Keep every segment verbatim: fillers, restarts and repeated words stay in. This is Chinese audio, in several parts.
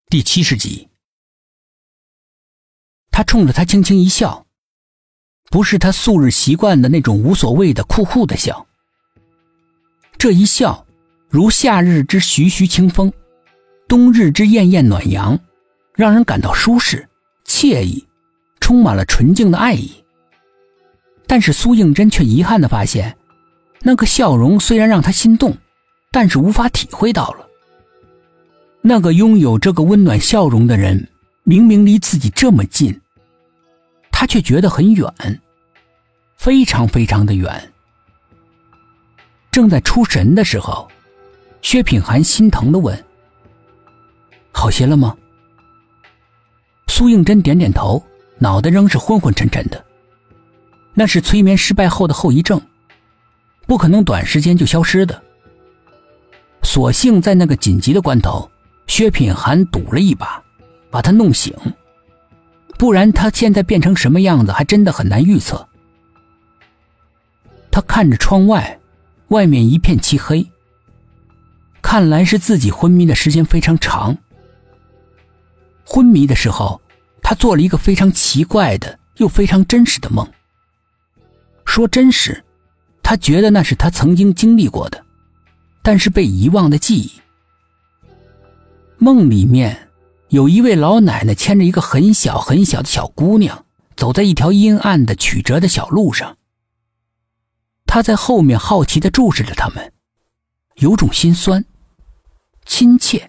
第七十集。他冲着他轻轻一笑，不是他素日习惯的那种无所谓的酷酷的笑。这一笑如夏日之徐徐清风，冬日之艳艳暖阳，让人感到舒适惬意，充满了纯净的爱意。但是苏应真却遗憾地发现，那个笑容虽然让他心动，但是无法体会到了。那个拥有这个温暖笑容的人，明明离自己这么近，他却觉得很远，非常非常的远。正在出神的时候，薛品涵心疼地问：好些了吗？苏应真点点头，脑袋仍是昏昏沉沉的。那是催眠失败后的后遗症，不可能短时间就消失的。所幸在那个紧急的关头，薛品涵赌了一把，把他弄醒，不然他现在变成什么样子还真的很难预测。他看着窗外，外面一片漆黑，看来是自己昏迷的时间非常长。昏迷的时候，他做了一个非常奇怪的又非常真实的梦。说真实，他觉得那是他曾经经历过的，但是被遗忘的记忆。梦里面有一位老奶奶牵着一个很小很小的小姑娘，走在一条阴暗的曲折的小路上。她在后面好奇地注视着他们，有种心酸亲切，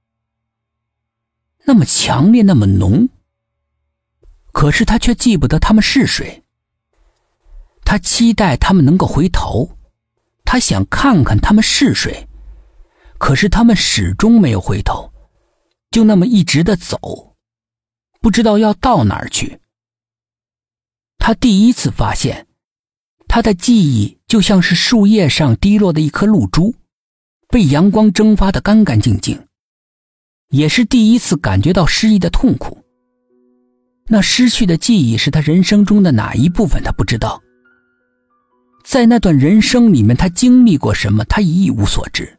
那么强烈那么浓。可是她却记不得他们是谁。她期待他们能够回头，她想看看他们是谁，可是他们始终没有回头，就那么一直地走，不知道要到哪儿去。他第一次发现，他的记忆就像是树叶上滴落的一颗露珠，被阳光蒸发得干干净净，也是第一次感觉到失忆的痛苦。那失去的记忆是他人生中的哪一部分，他不知道。在那段人生里面，他经历过什么，他一无所知。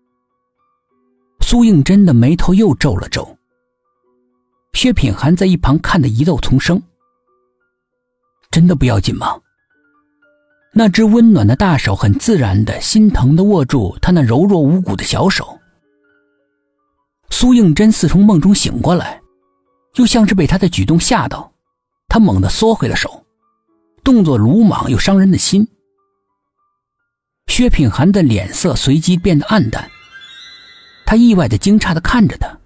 苏应真的眉头又皱了皱，薛品涵在一旁看得疑窦丛生。真的不要紧吗？那只温暖的大手很自然的心疼地握住他那柔弱无骨的小手。苏应真似从梦中醒过来，又像是被他的举动吓到，他猛地缩回了手，动作鲁莽又伤人的心。薛品涵的脸色随即变得暗淡，他意外的惊诧地看着他。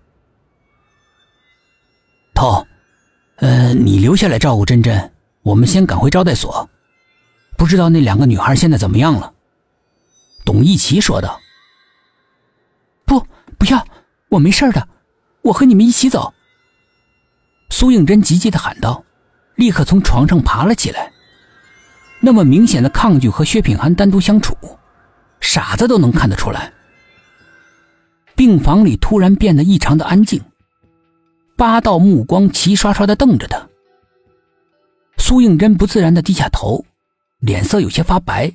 头，呃，你留下来照顾珍珍，我们先赶回招待所。不知道那两个女孩现在怎么样了？董一奇说道。不，不要，我没事的，我和你们一起走。苏应真急急地喊道，立刻从床上爬了起来。那么明显的抗拒和薛品涵单独相处，傻子都能看得出来。病房里突然变得异常的安静，八道目光齐刷刷地瞪着他。苏应真不自然地低下头，脸色有些发白。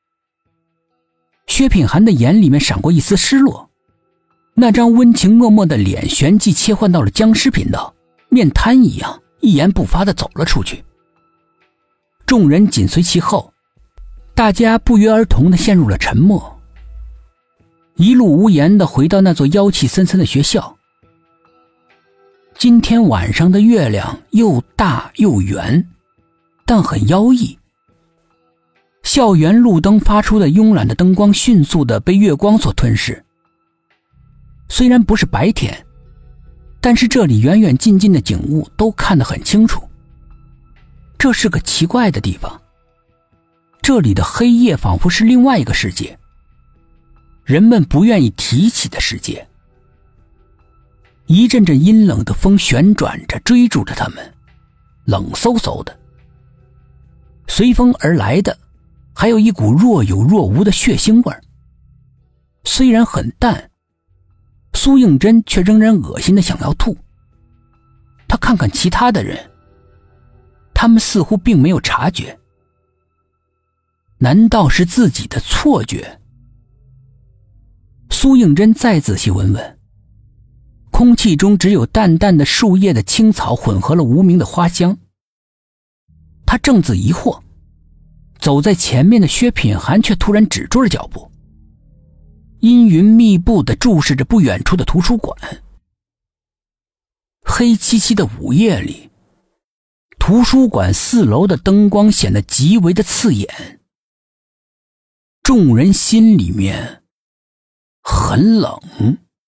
薛品涵的眼里面闪过一丝失落，那张温情脉脉的脸旋即切换到了僵尸频道，面瘫一样一言不发地走了出去。众人紧随其后，大家不约而同地陷入了沉默，一路无言地回到那座妖气森森的学校。今天晚上的月亮又大又圆，但很妖异。校园路灯发出的慵懒的灯光迅速地被月光所吞噬。虽然不是白天，但是这里远远近近的景物都看得很清楚。这是个奇怪的地方，这里的黑夜仿佛是另外一个世界，人们不愿意提起的世界。一阵阵阴冷的风旋转着追逐着他们，冷飕飕的。随风而来的还有一股若有若无的血腥味儿，虽然很淡，苏应真却仍然恶心的想要吐。他看看其他的人，他们似乎并没有察觉。难道是自己的错觉？苏应真再仔细闻闻， 空气中只有淡淡的树叶的青草混合了无名的花香。他正自疑惑，走在前面的薛品涵却突然止住了脚步，阴云密布地注视着不远处的图书馆。黑漆漆的午夜里，图书馆四楼的灯光显得极为的刺眼，众人心里面很冷。